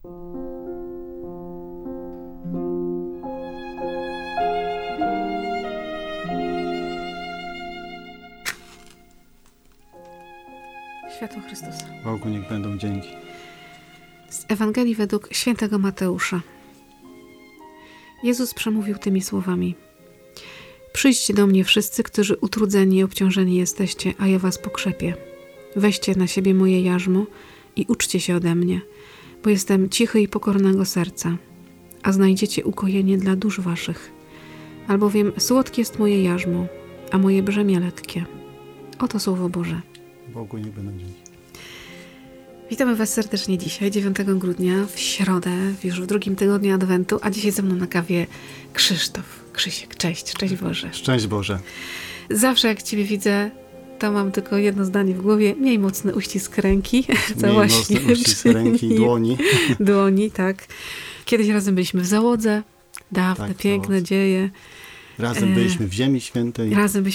Światło Chrystusa. Bogu niech będą dzięki. Z Ewangelii według świętego Mateusza. Jezus przemówił tymi słowami: Przyjdźcie do mnie wszyscy, którzy utrudzeni i obciążeni jesteście, a ja was pokrzepię. Weźcie na siebie moje jarzmo i uczcie się ode mnie, bo jestem cichy i pokornego serca, a znajdziecie ukojenie dla dusz waszych. Albowiem słodkie jest moje jarzmo, a moje brzemię lekkie. Oto Słowo Boże. Bogu niech będą dzięki. Witamy was serdecznie dzisiaj, 9 grudnia, w środę, już w drugim tygodniu Adwentu, a dzisiaj ze mną na kawie Krzysiek, cześć Boże. Szczęść Boże. Zawsze jak ciebie widzę, to mam tylko jedno zdanie w głowie, miej mocny uścisk ręki. Miej mocny uścisk ręki, dłoni. Dłoni, tak. Kiedyś razem byliśmy w załodze, dawne, tak, piękne dzieje. Razem byliśmy w Ziemi Świętej.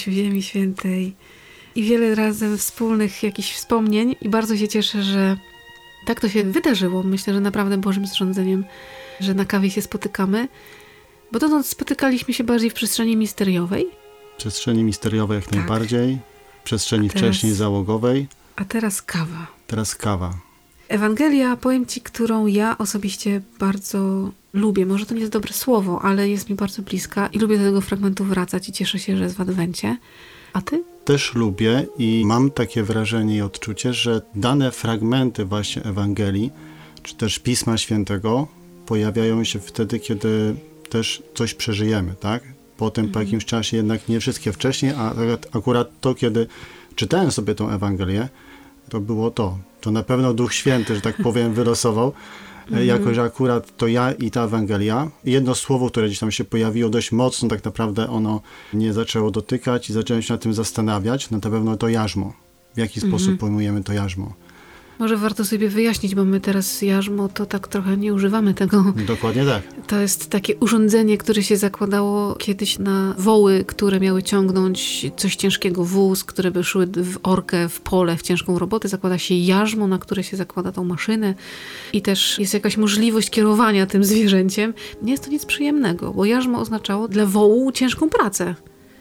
I wiele razem wspólnych jakichś wspomnień i bardzo się cieszę, że tak to się wydarzyło. Myślę, że naprawdę Bożym zrządzeniem, że na kawie się spotykamy, bo dotąd spotykaliśmy się bardziej w przestrzeni misteriowej. Przestrzeni misteriowej jak tak. najbardziej, przestrzeni wcześniej załogowej. A teraz kawa. Teraz kawa. Ewangelia, powiem ci, którą ja osobiście bardzo lubię. Może to nie jest dobre słowo, ale jest mi bardzo bliska i lubię do tego fragmentu wracać i cieszę się, że jest w Adwencie. A ty? Też lubię i mam takie wrażenie i odczucie, że dane fragmenty właśnie Ewangelii, czy też Pisma Świętego pojawiają się wtedy, kiedy też coś przeżyjemy, tak? Potem po jakimś czasie jednak nie wszystkie wcześniej, a akurat to, kiedy czytałem sobie tą Ewangelię, to było to. To na pewno Duch Święty, że tak powiem, wylosował. Jako, że akurat to ja i ta Ewangelia, jedno słowo, które gdzieś tam się pojawiło dość mocno, tak naprawdę ono mnie zaczęło dotykać i zacząłem się nad tym zastanawiać, no to pewno to jarzmo. W jaki sposób pojmujemy to jarzmo? Może warto sobie wyjaśnić, bo my teraz jarzmo to tak trochę nie używamy tego. Dokładnie tak. To jest takie urządzenie, które się zakładało kiedyś na woły, które miały ciągnąć coś ciężkiego, wóz, które by szły w orkę, w pole, w ciężką robotę. Zakłada się jarzmo, na które się zakłada tą maszynę i też jest jakaś możliwość kierowania tym zwierzęciem. Nie jest to nic przyjemnego, bo jarzmo oznaczało dla wołu ciężką pracę.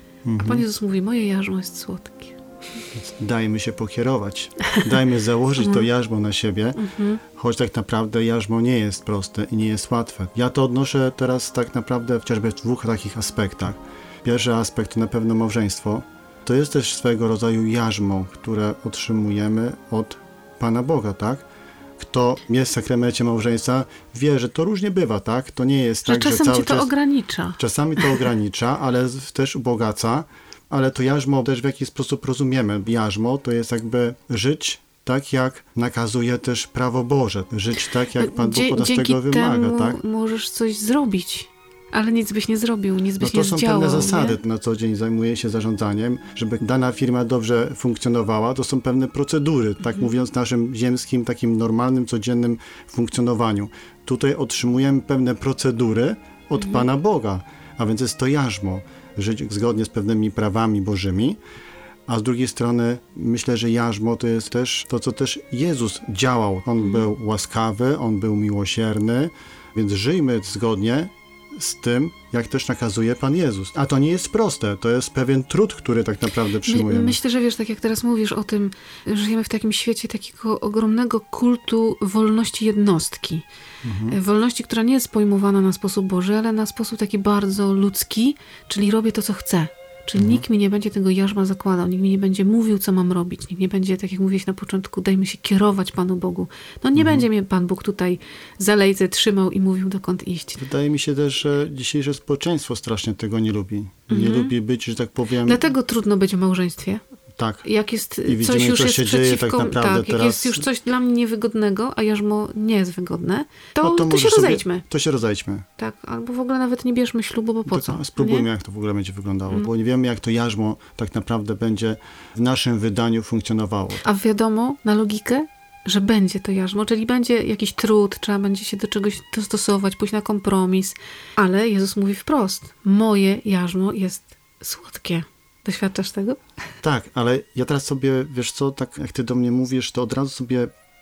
A Pan Jezus mówi, moje jarzmo jest słodkie. Dajmy się pokierować. Dajmy założyć to jarzmo na siebie, choć tak naprawdę jarzmo nie jest proste i nie jest łatwe. Ja to odnoszę teraz tak naprawdę chociażby w dwóch takich aspektach. Pierwszy aspekt to na pewno małżeństwo. To jest też swego rodzaju jarzmo, które otrzymujemy od Pana Boga, tak? Kto jest w sakramencie małżeństwa, wie, że to różnie bywa, tak? To nie jest tak, że czasem cały cię to czas... ogranicza. Czasami to ogranicza, ale też ubogaca. Ale to jarzmo też w jaki sposób rozumiemy. Jarzmo to jest jakby żyć tak, jak nakazuje też prawo Boże. Żyć tak, jak Pan Bóg od nas tego wymaga. Tak? Możesz coś zrobić, ale nic byś nie zrobił, nic byś nie zdziałał. To są pewne zasady. Na co dzień zajmuję się zarządzaniem. Żeby dana firma dobrze funkcjonowała, to są pewne procedury, tak mówiąc w naszym ziemskim, takim normalnym, codziennym funkcjonowaniu. Tutaj otrzymujemy pewne procedury od Pana Boga, a więc jest to jarzmo. Żyć zgodnie z pewnymi prawami bożymi, a z drugiej strony myślę, że jarzmo to jest też to, co też Jezus działał. On był łaskawy, On był miłosierny, więc żyjmy zgodnie z tym, jak też nakazuje Pan Jezus. A to nie jest proste, to jest pewien trud, który tak naprawdę przyjmujemy. Myślę, że wiesz, tak jak teraz mówisz o tym, żyjemy w takim świecie takiego ogromnego kultu wolności jednostki. Wolności, która nie jest pojmowana na sposób Boży, ale na sposób taki bardzo ludzki, czyli robię to, co chcę. Czyli nikt mi nie będzie tego jarzma zakładał, nikt mi nie będzie mówił, co mam robić, nikt nie będzie, tak jak mówiłeś na początku, dajmy się kierować Panu Bogu. No nie będzie mnie Pan Bóg tutaj za lejce trzymał i mówił, dokąd iść. Wydaje mi się też, że dzisiejsze społeczeństwo strasznie tego nie lubi. Nie lubi być, że tak powiem... Dlatego trudno być w małżeństwie. Tak. Jak jest I widzimy, coś już co jest się dzieje tak naprawdę jak teraz. jest już coś dla mnie niewygodnego, a jarzmo nie jest wygodne, to się rozejdźmy. To się rozejdźmy. Tak, albo w ogóle nawet nie bierzmy ślubu, bo po co? Spróbujmy, jak to w ogóle będzie wyglądało, bo nie wiemy, jak to jarzmo tak naprawdę będzie w naszym wydaniu funkcjonowało. A wiadomo, na logikę, że będzie to jarzmo, czyli będzie jakiś trud, trzeba będzie się do czegoś dostosować, pójść na kompromis, ale Jezus mówi wprost, moje jarzmo jest słodkie. Doświadczasz tego? Tak, ale ja teraz sobie, wiesz co, tak jak ty do mnie mówisz, to od razu sobie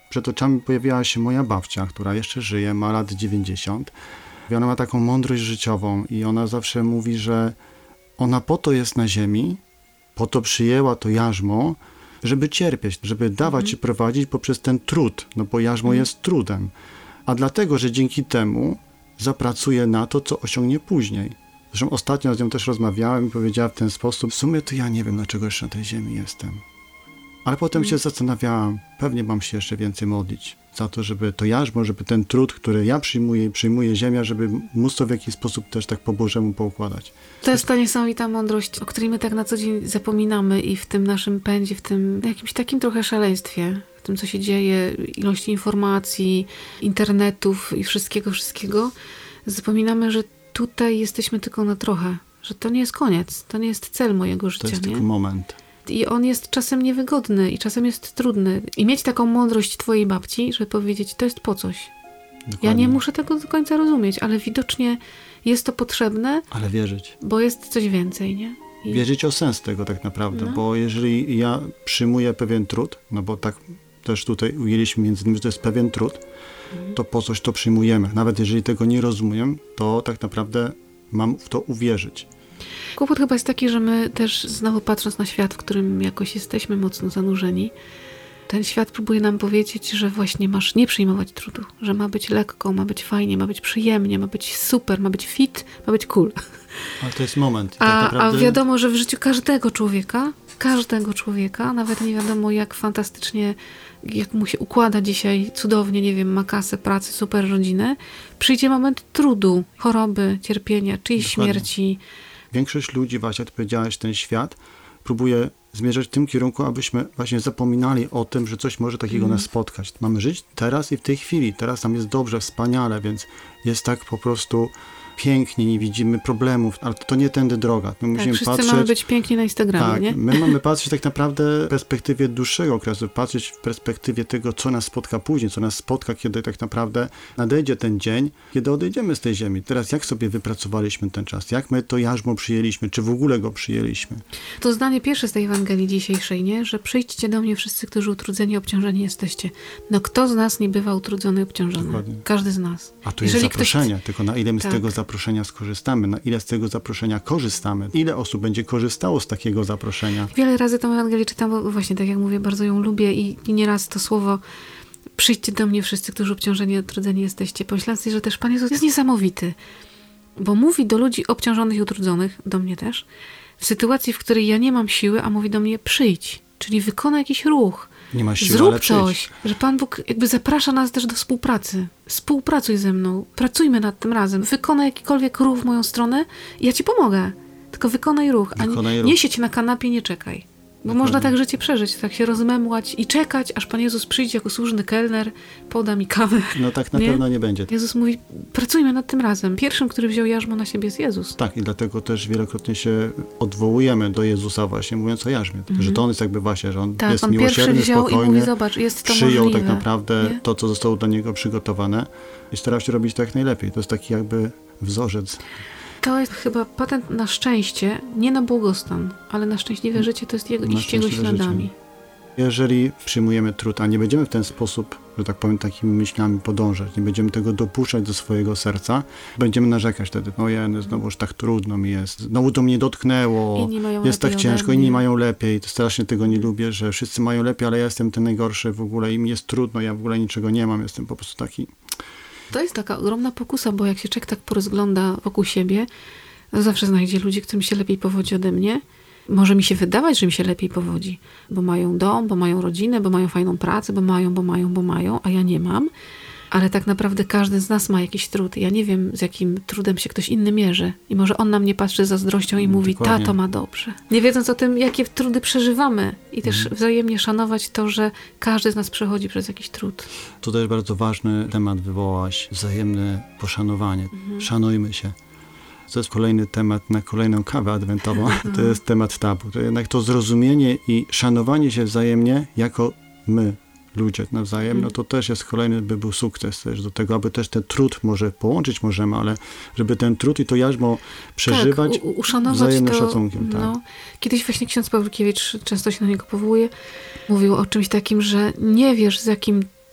Przed oczami pojawiała się moja babcia, która jeszcze żyje, ma lat 90. I ona ma taką mądrość życiową i ona zawsze mówi, że ona po to jest na ziemi, po to przyjęła to jarzmo, żeby cierpieć, żeby dawać i prowadzić poprzez ten trud, no bo jarzmo jest trudem. A dlatego, że dzięki temu zapracuje na to, co osiągnie później. Zresztą ostatnio z nią też rozmawiałem i powiedziała w ten sposób, w sumie to ja nie wiem, dlaczego jeszcze na tej ziemi jestem. Ale potem się zastanawiałam, pewnie mam się jeszcze więcej modlić za to, żeby to jarzmo, żeby ten trud, który ja przyjmuję i przyjmuje ziemia, żeby móc to w jakiś sposób też tak po Bożemu poukładać. To jest ta niesamowita mądrość, o której my tak na co dzień zapominamy i w tym naszym pędzie, w tym jakimś takim trochę szaleństwie, w tym, co się dzieje, ilości informacji, internetów i wszystkiego, zapominamy, że tutaj jesteśmy tylko na trochę, że to nie jest koniec, to nie jest cel mojego życia. To jest nie? tylko moment. I on jest czasem niewygodny i czasem jest trudny. I mieć taką mądrość twojej babci, żeby powiedzieć, to jest po coś. Dokładnie. Ja nie muszę tego do końca rozumieć, ale widocznie jest to potrzebne. Ale wierzyć. Bo jest coś więcej, nie? Wierzyć o sens tego tak naprawdę, bo jeżeli ja przyjmuję pewien trud, no bo tak też tutaj ujęliśmy między innymi, że to jest pewien trud, to po coś to przyjmujemy. Nawet jeżeli tego nie rozumiem, to tak naprawdę mam w to uwierzyć. Kłopot chyba jest taki, że my też znowu patrząc na świat, w którym jakoś jesteśmy mocno zanurzeni, ten świat próbuje nam powiedzieć, że właśnie masz nie przyjmować trudu, że ma być lekko, ma być fajnie, ma być przyjemnie, ma być super, ma być fit, ma być cool. Ale to jest moment. A wiadomo, że w życiu każdego człowieka, nawet nie wiadomo jak fantastycznie, jak mu się układa dzisiaj cudownie, nie wiem, ma kasę, pracę, super rodzinę, przyjdzie moment trudu, choroby, cierpienia, czyjejś śmierci. Większość ludzi, właśnie jak powiedziałeś, ten świat próbuje zmierzać w tym kierunku, abyśmy właśnie zapominali o tym, że coś może takiego nas spotkać. Mamy żyć teraz i w tej chwili. Teraz nam jest dobrze, wspaniale, więc jest tak po prostu pięknie, nie widzimy problemów, ale to nie tędy droga. My musimy wszyscy patrzeć, mamy być piękni na Instagramie, tak, nie? My mamy patrzeć tak naprawdę w perspektywie dłuższego okresu, patrzeć w perspektywie tego, co nas spotka później, co nas spotka, kiedy tak naprawdę nadejdzie ten dzień, kiedy odejdziemy z tej ziemi. Teraz jak sobie wypracowaliśmy ten czas? Jak my to jarzmo przyjęliśmy? Czy w ogóle go przyjęliśmy? To zdanie pierwsze z tej Ewangelii dzisiejszej, nie? Że przyjdźcie do mnie wszyscy, którzy utrudzeni, obciążeni jesteście. No kto z nas nie bywa utrudzony, obciążony? Dokładnie. Każdy z nas. A tu jest zaproszenie, tylko na ile my z tego zaproszenia skorzystamy, na ile z tego zaproszenia korzystamy, ile osób będzie korzystało z takiego zaproszenia. Wiele razy tę Ewangelię czytam, bo właśnie tak jak mówię, bardzo ją lubię i nieraz to słowo przyjdźcie do mnie wszyscy, którzy obciążeni, utrudzeni jesteście. Pomyślałam sobie, że też Pan Jezus jest niesamowity, bo mówi do ludzi obciążonych i utrudzonych, do mnie też, w sytuacji, w której ja nie mam siły, a mówi do mnie przyjdź, czyli wykonaj jakiś ruch. Nie masz siły, zrób ale coś, przyjdź. że Pan Bóg jakby zaprasza nas też do współpracy. Współpracuj ze mną, pracujmy nad tym razem. Wykonaj jakikolwiek ruch w moją stronę i ja ci pomogę. Tylko wykonaj ruch, nie siedź na kanapie, nie czekaj. Bo można tak życie przeżyć, tak się rozmemłać i czekać, aż Pan Jezus przyjdzie jako służny kelner, poda mi kawę. No tak na pewno nie będzie. Jezus mówi, pracujmy nad tym razem. Pierwszym, który wziął jarzmo na siebie jest Jezus. Tak, i dlatego też wielokrotnie się odwołujemy do Jezusa właśnie, mówiąc o jarzmie. Że to on jest jakby właśnie, że on jest on miłosierny, wziął spokojny, i mówi, zobacz, jest to przyjął możliwe. tak naprawdę to, co zostało dla niego przygotowane i starał się robić to jak najlepiej. To jest taki jakby wzorzec. To jest chyba patent na szczęście, nie na błogostan, ale na szczęśliwe życie, to jest iść jego śladami. Życie. Jeżeli przyjmujemy trud, a nie będziemy w ten sposób, że tak powiem, takimi myślami podążać, nie będziemy tego dopuszczać do swojego serca, będziemy narzekać wtedy, znowu już tak trudno mi jest, znowu to mnie dotknęło, jest tak ciężko, inni mają lepiej, to strasznie tego nie lubię, że wszyscy mają lepiej, ale ja jestem ten najgorszy w ogóle i mi jest trudno, ja w ogóle niczego nie mam, jestem po prostu taki... To jest taka ogromna pokusa, bo jak się człowiek tak porozgląda wokół siebie, to zawsze znajdzie ludzi, którym się lepiej powodzi ode mnie. Może mi się wydawać, że mi się lepiej powodzi, bo mają dom, bo mają rodzinę, bo mają fajną pracę, bo mają, a ja nie mam. Ale tak naprawdę każdy z nas ma jakiś trud. Ja nie wiem, z jakim trudem się ktoś inny mierzy. I może on na mnie patrzy z zazdrością i mówi, tato ma dobrze. Nie wiedząc o tym, jakie trudy przeżywamy. I też wzajemnie szanować to, że każdy z nas przechodzi przez jakiś trud. To też bardzo ważny temat wywołałaś. Wzajemne poszanowanie. Szanujmy się. To jest kolejny temat na kolejną kawę adwentową. To jest temat tabu. To jednak to zrozumienie i szanowanie się wzajemnie jako my, ludzie nawzajem, no to też jest kolejny, by był sukces też do tego, aby też ten trud może połączyć możemy, ale żeby ten trud i to jarzmo przeżywać uszanować wzajemnym to, szacunkiem. Tak. No. Kiedyś właśnie ksiądz Pawłkiewicz, często się na niego powołuje, mówił o czymś takim, że nie wiesz, z jakim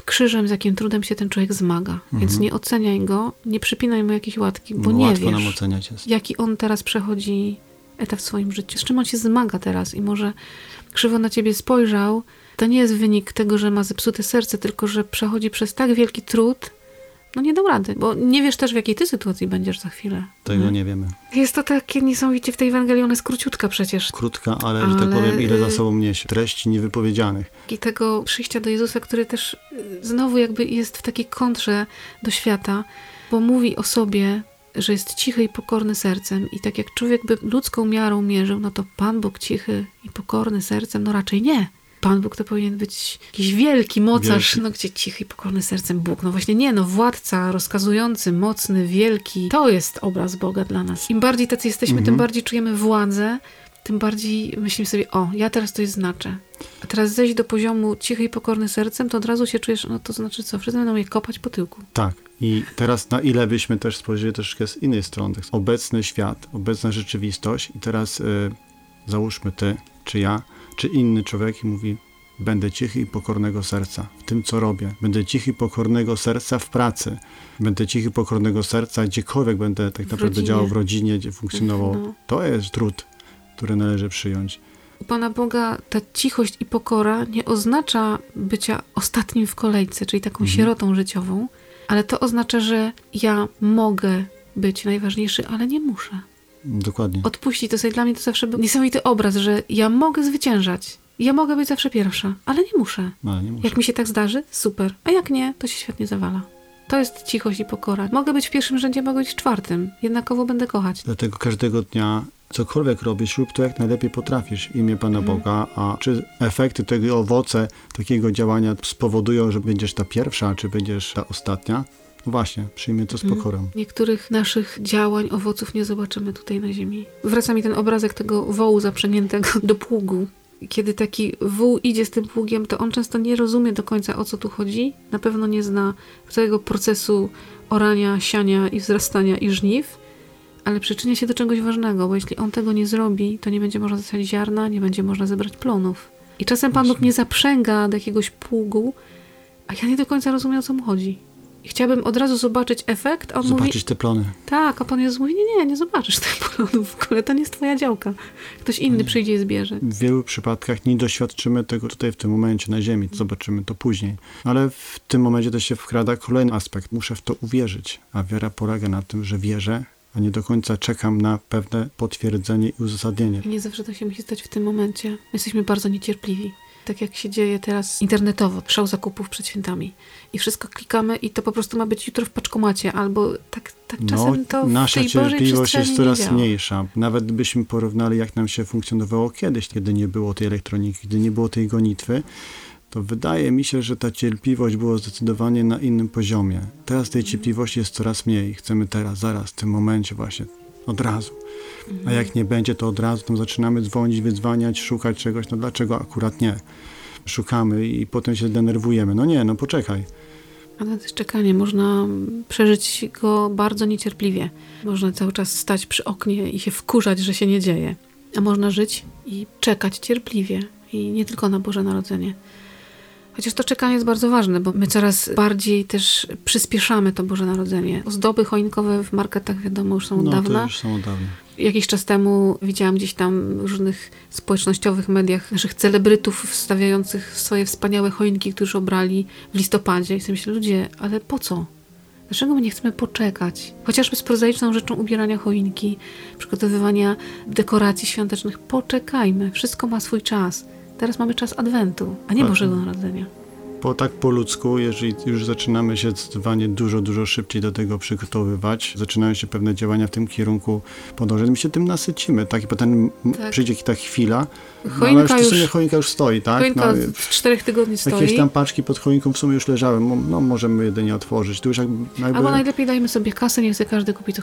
krzyżem, z jakim trudem się ten człowiek zmaga. Więc nie oceniaj go, nie przypinaj mu jakiejś łatki, bo nie łatwo wiesz, nam oceniać jest. jaki on teraz przechodzi etap w swoim życiu, z czym on się zmaga teraz i może krzywo na ciebie spojrzał. To nie jest wynik tego, że ma zepsute serce, tylko że przechodzi przez tak wielki trud, no nie dał rady, bo nie wiesz też, w jakiej ty sytuacji będziesz za chwilę. Tego nie wiemy. Jest to takie niesamowicie w tej Ewangelii, ona jest króciutka przecież. Krótka, ale że tak powiem, ile za sobą niesie. Treści niewypowiedzianych. I tego przyjścia do Jezusa, który też znowu jakby jest w takiej kontrze do świata, bo mówi o sobie, że jest cichy i pokorny sercem i tak jak człowiek by ludzką miarą mierzył, no to Pan Bóg cichy i pokorny sercem, no raczej nie. Pan Bóg to powinien być jakiś wielki mocarz, no gdzie cichy i pokorny sercem Bóg. No właśnie nie, no władca, rozkazujący, mocny, wielki. To jest obraz Boga dla nas. Im bardziej tacy jesteśmy, tym bardziej czujemy władzę, tym bardziej myślimy sobie, o, ja teraz to jest znaczę. A teraz zejść do poziomu cichy i pokorny sercem, to od razu się czujesz, no to znaczy co, wszyscy będą je kopać po tyłku. Tak. I teraz na ile byśmy też spojrzeli troszkę z innej strony. Obecny świat, obecna rzeczywistość i teraz załóżmy ty, czy ja, czy inny człowiek i mówi, będę cichy i pokornego serca w tym, co robię. Będę cichy i pokornego serca w pracy. Będę cichy i pokornego serca gdziekolwiek będę tak naprawdę działał w rodzinie, gdzie funkcjonował. No. To jest trud, który należy przyjąć. U Pana Boga ta cichość i pokora nie oznacza bycia ostatnim w kolejce, czyli taką sierotą życiową, ale to oznacza, że ja mogę być najważniejszy, ale nie muszę. Dokładnie. Odpuścić, to sobie dla mnie to zawsze był niesamowity obraz, że ja mogę zwyciężać. Ja mogę być zawsze pierwsza, ale nie muszę. Ale nie muszę. Jak mi się tak zdarzy, super. A jak nie, to się świetnie zawala. To jest cichość i pokora. Mogę być w pierwszym rzędzie, mogę być w czwartym. Jednakowo będę kochać. Dlatego każdego dnia, cokolwiek robisz, rób to jak najlepiej potrafisz w imię Pana Boga. A czy efekty tego, owoce takiego działania spowodują, że będziesz ta pierwsza, czy będziesz ta ostatnia? No właśnie, przyjmie to z pokorą. Niektórych naszych działań, owoców nie zobaczymy tutaj na ziemi. Wraca mi ten obrazek tego wołu zaprzęgniętego do pługu. Kiedy taki wół idzie z tym pługiem, to on często nie rozumie do końca, o co tu chodzi. Na pewno nie zna całego procesu orania, siania i wzrastania i żniw, ale przyczynia się do czegoś ważnego, bo jeśli on tego nie zrobi, to nie będzie można zasadzić ziarna, nie będzie można zebrać plonów. I czasem Pan Bóg mnie zaprzęga do jakiegoś pługu, a ja nie do końca rozumiem, o co mu chodzi. I chciałabym od razu zobaczyć efekt, a on zobaczyć mówi, te plony. Tak, a Pan Jezus mówi, nie zobaczysz tych plonów w ogóle, to nie jest twoja działka. Ktoś inny przyjdzie i zbierze. W wielu przypadkach nie doświadczymy tego tutaj w tym momencie na ziemi, zobaczymy to później. Ale w tym momencie też się wkrada kolejny aspekt. Muszę w to uwierzyć, a wiara polega na tym, że wierzę, a nie do końca czekam na pewne potwierdzenie i uzasadnienie. I nie zawsze to się musi stać w tym momencie. Jesteśmy bardzo niecierpliwi. Tak jak się dzieje teraz internetowo, szał zakupów przed świętami. I wszystko klikamy i to po prostu ma być jutro w paczkomacie, albo tak czasem to w nasza tej Bożej cierpliwość jest coraz nie mniejsza. Nawet gdybyśmy porównali, jak nam się funkcjonowało kiedyś, kiedy nie było tej elektroniki, kiedy nie było tej gonitwy, to wydaje mi się, że ta cierpliwość była zdecydowanie na innym poziomie. Teraz tej cierpliwości jest coraz mniej. Chcemy teraz, zaraz, w tym momencie właśnie, od razu. A jak nie będzie, to od razu tam zaczynamy dzwonić, wydzwaniać, szukać czegoś. No dlaczego akurat nie? Szukamy i potem się denerwujemy. No nie, no poczekaj. A to jest czekanie. Można przeżyć go bardzo niecierpliwie. Można cały czas stać przy oknie i się wkurzać, że się nie dzieje. A można żyć i czekać cierpliwie. I nie tylko na Boże Narodzenie. Chociaż to czekanie jest bardzo ważne, bo my coraz bardziej też przyspieszamy to Boże Narodzenie. Ozdoby choinkowe w marketach, wiadomo, już są od dawna. To już są od dawna. Jakiś czas temu widziałam gdzieś tam w różnych społecznościowych mediach naszych celebrytów wstawiających swoje wspaniałe choinki, które już obrali w listopadzie. I sobie myślę, ludzie, ale po co? Dlaczego my nie chcemy poczekać? Chociażby z prozaiczną rzeczą ubierania choinki, przygotowywania dekoracji świątecznych. Poczekajmy. Wszystko ma swój czas. Teraz mamy czas Adwentu, a nie Bożego Narodzenia. Tak po ludzku, jeżeli już zaczynamy się zdecydowanie dużo szybciej do tego przygotowywać, zaczynają się pewne działania w tym kierunku podążać, my się tym nasycimy, tak? I potem przyjdzie ta chwila, choinka ale w sumie choinka już stoi, tak? Choinka od 4 tygodni stoi. Jakieś tam paczki pod choinką w sumie już leżały, no możemy jedynie otworzyć. Tu już jakby... Albo najlepiej dajmy sobie kasę, niech sobie każdy kupi co chce.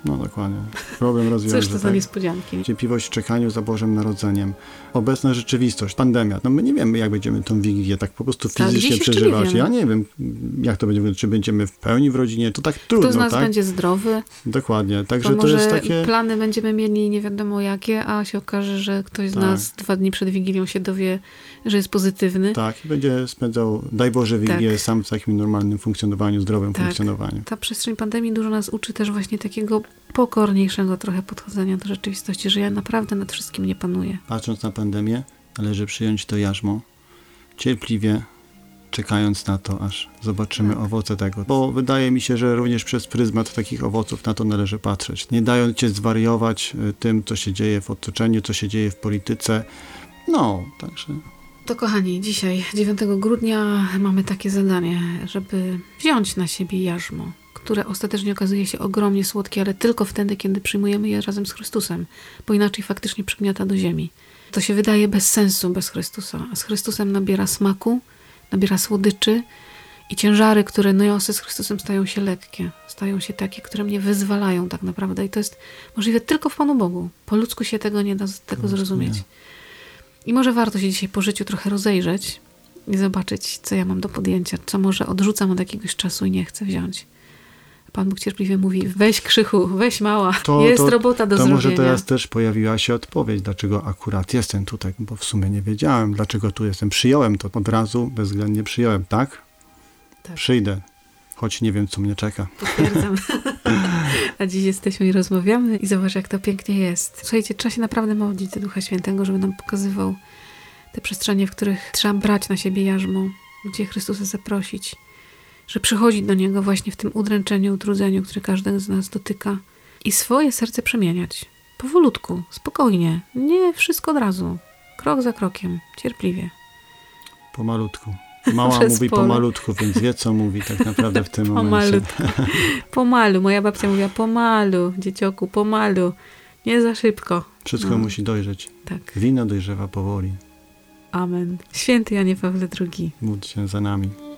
No dokładnie. Problem rozwiąże. Cóż to za niespodzianki. Cierpliwość w czekaniu za Bożym Narodzeniem. Obecna rzeczywistość, pandemia. No my nie wiemy, jak będziemy tą Wigilię tak po prostu fizycznie przeżywać. Ja nie wiem, jak to będzie, czy będziemy w pełni w rodzinie. To tak trudno, Kto z nas tak? będzie zdrowy? Dokładnie. Także to jest takie... plany będziemy mieli nie wiadomo jakie, a się okaże, że ktoś z nas 2 dni przed Wigilią się dowie, że jest pozytywny. Tak, i będzie spędzał, daj Boże, Wigilię sam w takim normalnym funkcjonowaniu, zdrowym funkcjonowaniu. Ta przestrzeń pandemii dużo nas uczy też właśnie takiego pokorniejszego trochę podchodzenia do rzeczywistości, że ja naprawdę nad wszystkim nie panuję. Patrząc na pandemię, należy przyjąć to jarzmo, cierpliwie czekając na to, aż zobaczymy owoce tego. Bo wydaje mi się, że również przez pryzmat takich owoców na to należy patrzeć. Nie dając się zwariować tym, co się dzieje w otoczeniu, co się dzieje w polityce. No, także... To kochani, dzisiaj 9 grudnia mamy takie zadanie, żeby wziąć na siebie jarzmo, które ostatecznie okazuje się ogromnie słodkie, ale tylko wtedy, kiedy przyjmujemy je razem z Chrystusem, bo inaczej faktycznie przygniata do ziemi. To się wydaje bez sensu bez Chrystusa, a z Chrystusem nabiera smaku, nabiera słodyczy i ciężary, które niosę z Chrystusem, stają się lekkie, stają się takie, które mnie wyzwalają tak naprawdę i to jest możliwe tylko w Panu Bogu. Po ludzku się tego nie da zrozumieć. I może warto się dzisiaj po życiu trochę rozejrzeć i zobaczyć, co ja mam do podjęcia, co może odrzucam od jakiegoś czasu i nie chcę wziąć. Pan Bóg cierpliwie mówi, weź Krzychu, weź mała, jest robota do zrobienia. To może teraz też pojawiła się odpowiedź, dlaczego akurat jestem tutaj, bo w sumie nie wiedziałem, dlaczego tu jestem. Przyjąłem to od razu, bezwzględnie przyjąłem, tak? Przyjdę, choć nie wiem, co mnie czeka. Potwierdzam. A dziś jesteśmy i rozmawiamy i zobacz, jak to pięknie jest. Słuchajcie, trzeba się naprawdę modlić do Ducha Świętego, żeby nam pokazywał te przestrzenie, w których trzeba brać na siebie jarzmo, gdzie Chrystusa zaprosić, że przychodzić do Niego właśnie w tym udręczeniu, utrudzeniu, które każdy z nas dotyka i swoje serce przemieniać. Powolutku, spokojnie, nie wszystko od razu, krok za krokiem, cierpliwie. Pomalutku. Mała mówi pomalutku, więc wie, co mówi tak naprawdę w tym momencie. Pomalu. Moja babcia mówiła pomalu, dziecioku, pomalu. Nie za szybko. Wszystko musi dojrzeć. Tak. Wino dojrzewa powoli. Amen. Święty Janie Pawle II. Módl się za nami.